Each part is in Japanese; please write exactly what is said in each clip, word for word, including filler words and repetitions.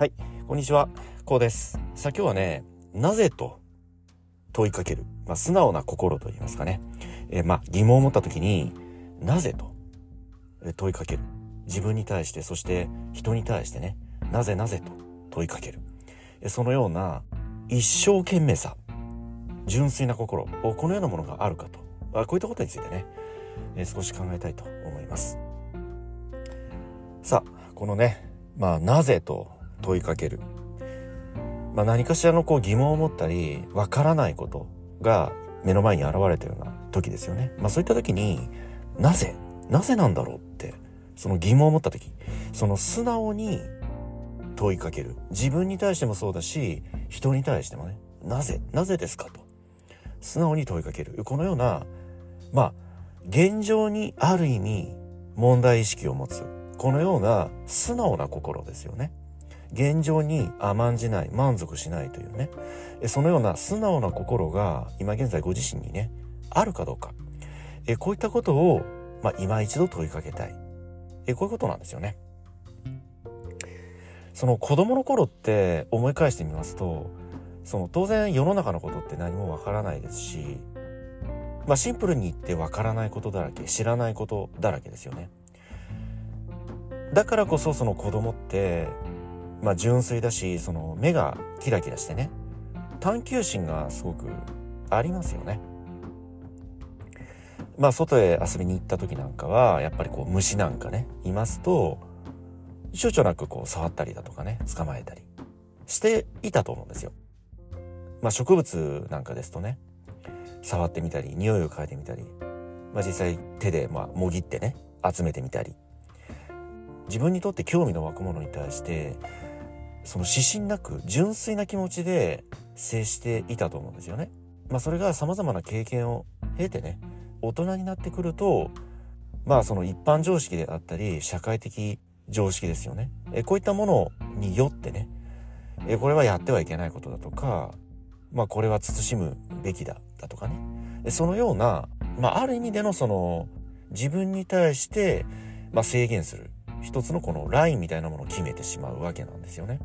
はい、こんにちは、こうです。さあ今日はね、なぜと問いかける、まあ、素直な心と言いますかね、えー、まあ疑問を持った時になぜと問いかける、自分に対して、そして人に対してね、なぜなぜと問いかける、そのような一生懸命さ、純粋な心、このようなものがあるかと、こういったことについてね、えー、少し考えたいと思います。さあこのね、まあなぜと問いかける、まあ、何かしらのこう疑問を持ったりわからないことが目の前に現れたような時ですよね。まあそういった時になぜなぜなんだろうってその疑問を持った時、その素直に問いかける、自分に対してもそうだし人に対してもね、なぜなぜですかと素直に問いかける、このようなまあ現状にある意味問題意識を持つ、このような素直な心ですよね。現状に甘んじない、満足しないというね、そのような素直な心が今現在ご自身にねあるかどうか、えこういったことを、まあ、今一度問いかけたい、えこういうことなんですよね。その子供の頃って思い返してみますと、その当然世の中のことって何もわからないですし、まあ、シンプルに言ってわからないことだらけ、知らないことだらけですよね。だからこそその子供ってまあ純粋だし、その目がキラキラしてね、探求心がすごくありますよね。まあ外へ遊びに行った時なんかはやっぱりこう虫なんかねいますと躊躇なくこう触ったりだとかね、捕まえたりしていたと思うんですよ。まあ植物なんかですとね、触ってみたり匂いを嗅いでみたり、まあ実際手でまあもぎってね集めてみたり、自分にとって興味の湧くものに対してその指針なく純粋な気持ちで接していたと思うんですよね。まあそれが様々な経験を経てね、大人になってくると、まあその一般常識であったり社会的常識ですよね。えこういったものによってね、えこれはやってはいけないことだとか、まあこれは慎むべきだだとかね、そのような、まあある意味でのその自分に対してまあ制限する一つのこのラインみたいなものを決めてしまうわけなんですよね。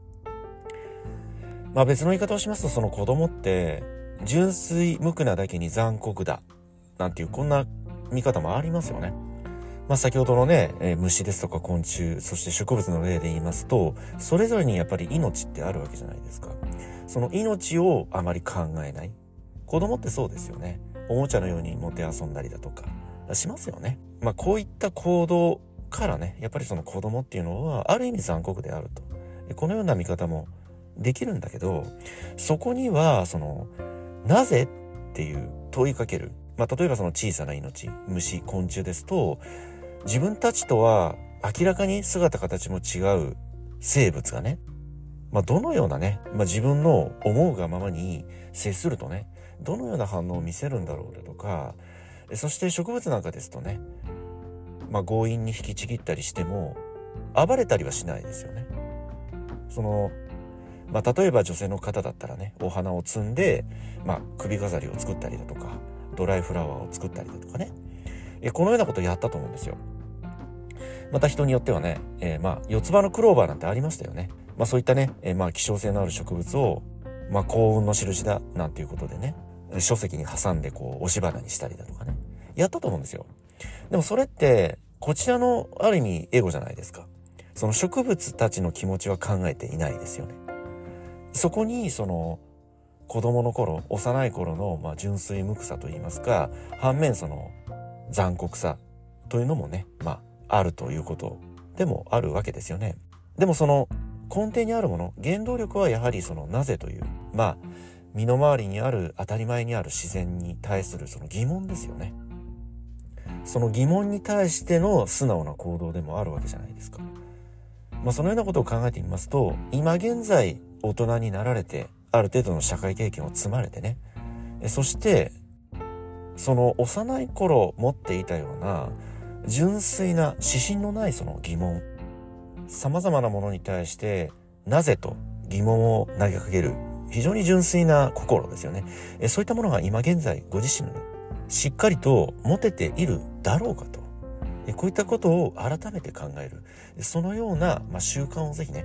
まあ別の言い方をしますと、その子供って純粋無垢なだけに残酷だなんていうこんな見方もありますよね。まあ先ほどのね、えー、虫ですとか昆虫、そして植物の例で言いますと、それぞれにやっぱり命ってあるわけじゃないですか。その命をあまり考えない。子供ってそうですよね。おもちゃのように持て遊んだりだとかしますよね。まあこういった行動からね、やっぱりその子供っていうのはある意味残酷であると、このような見方もできるんだけど、そこにはそのなぜっていう問いかける、まあ例えばその小さな命、虫、昆虫ですと、自分たちとは明らかに姿形も違う生物がね、まあどのようなね、まあ自分の思うがままに接するとね、どのような反応を見せるんだろうだとか、そして植物なんかですとね、まあ強引に引きちぎったりしても暴れたりはしないですよね。そのまあ例えば女性の方だったらね、お花を摘んでまあ首飾りを作ったりだとか、ドライフラワーを作ったりだとかね、えこのようなことをやったと思うんですよ。また人によってはね、えー、まあ四つ葉のクローバーなんてありましたよね。まあそういったね、えー、まあ希少性のある植物をまあ幸運の印だなんていうことでね、書籍に挟んでこう押し花にしたりだとかね、やったと思うんですよ。でもそれってこちらのある意味エゴじゃないですか。その植物たちの気持ちは考えていないですよね。そこにその子供の頃、幼い頃のまあ純粋無垢さといいますか、反面その残酷さというのもね、まああるということでもあるわけですよね。でもその根底にあるもの、原動力はやはりそのなぜという、まあ身の回りにある当たり前にある自然に対するその疑問ですよね。その疑問に対しての素直な行動でもあるわけじゃないですか。まあそのようなことを考えてみますと、今現在大人になられてある程度の社会経験を積まれてね、そしてその幼い頃持っていたような純粋な指針のないその疑問、様々なものに対してなぜと疑問を投げかける非常に純粋な心ですよね。そういったものが今現在ご自身のしっかりと持てているだろうかと、こういったことを改めて考える、そのような、まあ、習慣をぜひね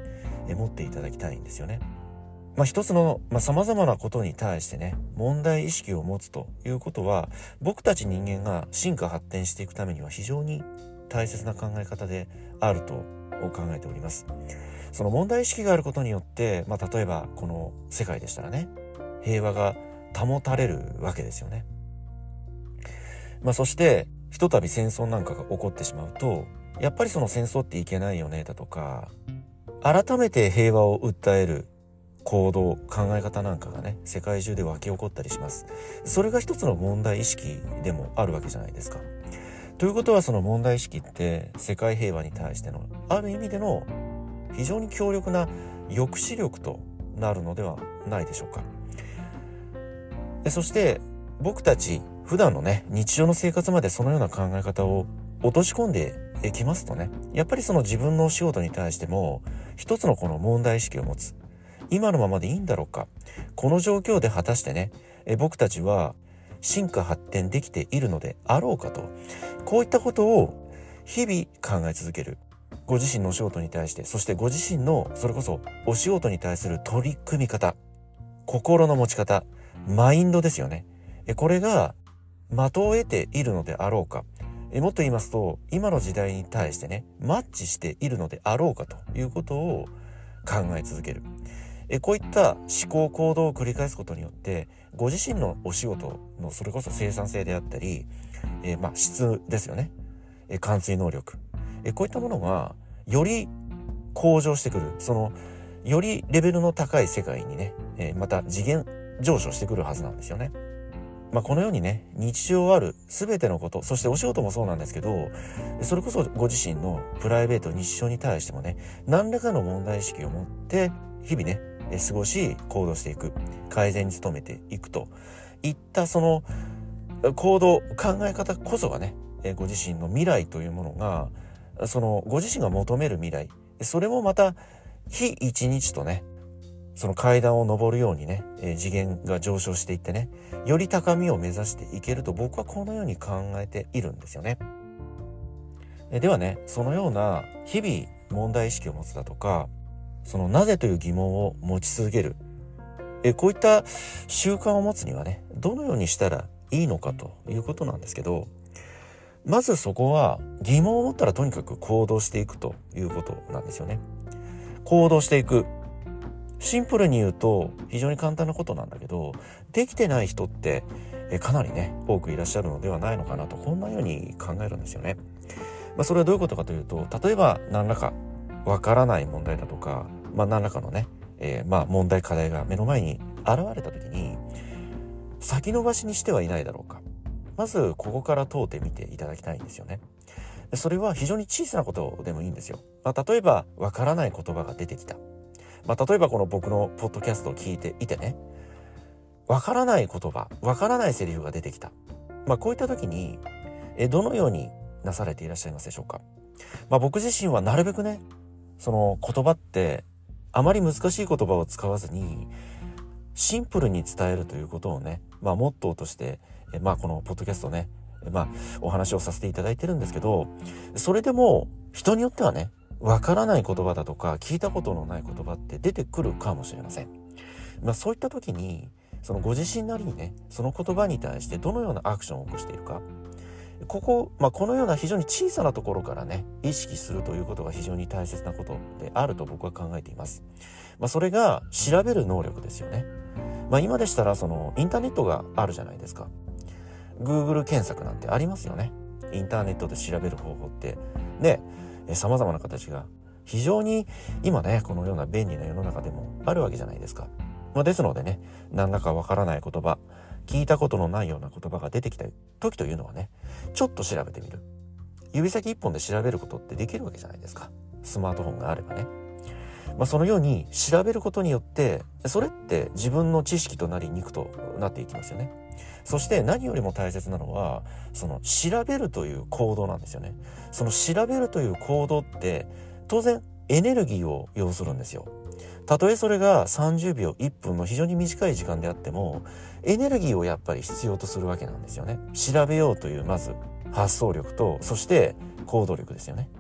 持っていただきたいんですよね。まあ一つの、まあ様々なことに対してね、問題意識を持つということは、僕たち人間が進化発展していくためには非常に大切な考え方であると考えております。その問題意識があることによって、まあ例えばこの世界でしたらね、平和が保たれるわけですよね。まあそして、ひとたび戦争なんかが起こってしまうと、やっぱりその戦争っていけないよねだとか、改めて平和を訴える行動、考え方なんかがね、世界中で湧き起こったりします。それが一つの問題意識でもあるわけじゃないですか。ということはその問題意識って世界平和に対してのある意味での非常に強力な抑止力となるのではないでしょうか。でそして僕たち普段のね、日常の生活までそのような考え方を落とし込んでいきますとね、やっぱりその自分のお仕事に対しても一つのこの問題意識を持つ。今のままでいいんだろうか。この状況で果たしてね、え僕たちは進化発展できているのであろうかと。こういったことを日々考え続ける。ご自身のお仕事に対して、そしてご自身のそれこそお仕事に対する取り組み方、心の持ち方、マインドですよね。えこれが的を得ているのであろうか。えもっと言いますと、今の時代に対してね、マッチしているのであろうかということを考え続ける。えこういった思考行動を繰り返すことによって、ご自身のお仕事のそれこそ生産性であったり、えー、まあ質ですよね。え貫通能力。えこういったものがより向上してくる。そのよりレベルの高い世界にね、えー、また次元上昇してくるはずなんですよね。まあこのようにね、日常あるすべてのこと、そしてお仕事もそうなんですけど、それこそご自身のプライベート日常に対してもね、何らかの問題意識を持って日々ね、過ごし行動していく、改善に努めていくといったその行動、考え方こそがね、ご自身の未来というものが、そのご自身が求める未来、それもまた日一日とね、その階段を上るようにね、次元が上昇していってね、より高みを目指していけると僕はこのように考えているんですよね。ではね、そのような日々問題意識を持つだとか、そのなぜという疑問を持ち続ける。えこういった習慣を持つにはね、どのようにしたらいいのかということなんですけど、まずそこは疑問を持ったらとにかく行動していくということなんですよね。行動していく。シンプルに言うと非常に簡単なことなんだけど、できてない人ってえかなりね、多くいらっしゃるのではないのかなと、こんなように考えるんですよね。まあ、それはどういうことかというと、例えば何らかわからない問題だとか、まあ何らかのね、えー、まあ問題課題が目の前に現れた時に先延ばしにしてはいないだろうか。まずここから問うてみていただきたいんですよね。それは非常に小さなことでもいいんですよ。まあ、例えばわからない言葉が出てきた。まあ、例えばこの僕のポッドキャストを聞いていてね、わからない言葉、わからないセリフが出てきた。まあこういった時にえどのようになされていらっしゃいますでしょうか。まあ僕自身はなるべくね、その言葉ってあまり難しい言葉を使わずにシンプルに伝えるということをね、まあモットーとしてえまあこのポッドキャストね、まあお話をさせていただいてるんですけど、それでも人によってはね、わからない言葉だとか聞いたことのない言葉って出てくるかもしれません。まあそういった時にそのご自身なりにね、その言葉に対してどのようなアクションを起こしているか、ここ、まあ、このような非常に小さなところからね、意識するということが非常に大切なことであると僕は考えています。まあ、それが調べる能力ですよね。まあ、今でしたらそのインターネットがあるじゃないですか。Google 検索なんてありますよね。インターネットで調べる方法ってね、様々な形が非常に今ね、このような便利な世の中でもあるわけじゃないですか。まあ、ですのでね、何らかわからない言葉、聞いたことのないような言葉が出てきた時というのはね、ちょっと調べてみる。指先一本で調べることってできるわけじゃないですか。スマートフォンがあればね。まあそのように調べることによって、それって自分の知識となり肉となっていきますよね。そして何よりも大切なのは、その調べるという行動なんですよね。その調べるという行動って当然エネルギーを要するんですよ。たとえそれがさんじゅうびょう、いっぷんの非常に短い時間であっても、エネルギーをやっぱり必要とするわけなんですよね。調べようというまず発想力と、そして行動力ですよね。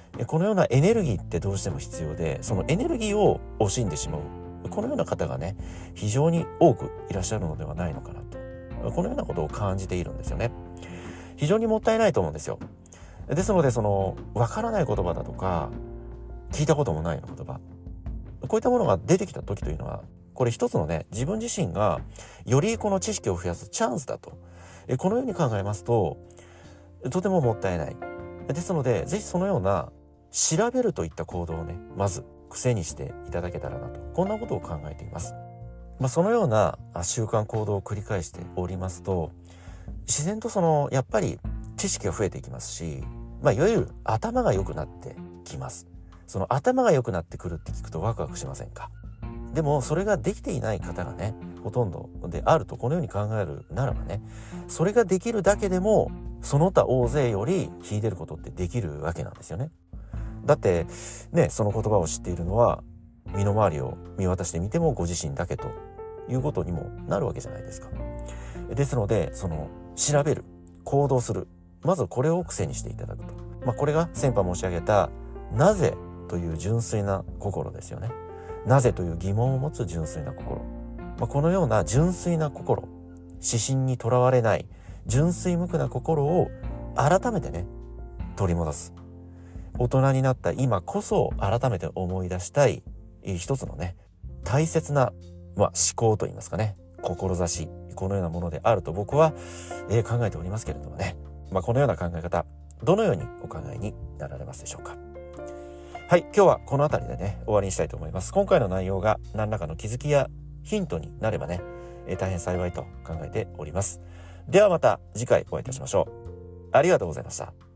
このようなエネルギーってどうしても必要で、そのエネルギーを惜しんでしまう。このような方がね、非常に多くいらっしゃるのではないのかなと。このようなことを感じているんですよね。非常にもったいないと思うんですよ。ですので、その、わからない言葉だとか、聞いたこともないような言葉。こういったものが出てきた時というのは、これ一つのね、自分自身がよりこの知識を増やすチャンスだと。このように考えますと、とてももったいない。ですので、ぜひそのような調べるといった行動をね、まず癖にしていただけたらなと。こんなことを考えています。まあ、そのような習慣行動を繰り返しておりますと、自然とその、やっぱり知識が増えていきますし、まあ、いわゆる頭が良くなってきます。その頭が良くなってくるって聞くとワクワクしませんか？でもそれができていない方がね、ほとんどであるとこのように考えるならばね、それができるだけでもその他大勢より秀でることってできるわけなんですよね。だってね、その言葉を知っているのは身の回りを見渡してみてもご自身だけということにもなるわけじゃないですか。ですので、その調べる、行動する、まずこれを癖にしていただくと。まあ、これが先般申し上げたなぜという純粋な心ですよね。なぜという疑問を持つ純粋な心。まあ、このような純粋な心、指針にとらわれない純粋無垢な心を改めてね、取り戻す。大人になった今こそ改めて思い出したい一つのね、大切な、まあ、思考といいますかね、志、このようなものであると僕は、えー、考えておりますけれどもね。まあ、このような考え方、どのようにお考えになられますでしょうか。はい、今日はこの辺りでね、終わりにしたいと思います。今回の内容が何らかの気づきやヒントになればね、えー、大変幸いと考えております。ではまた次回お会いいたしましょう。ありがとうございました。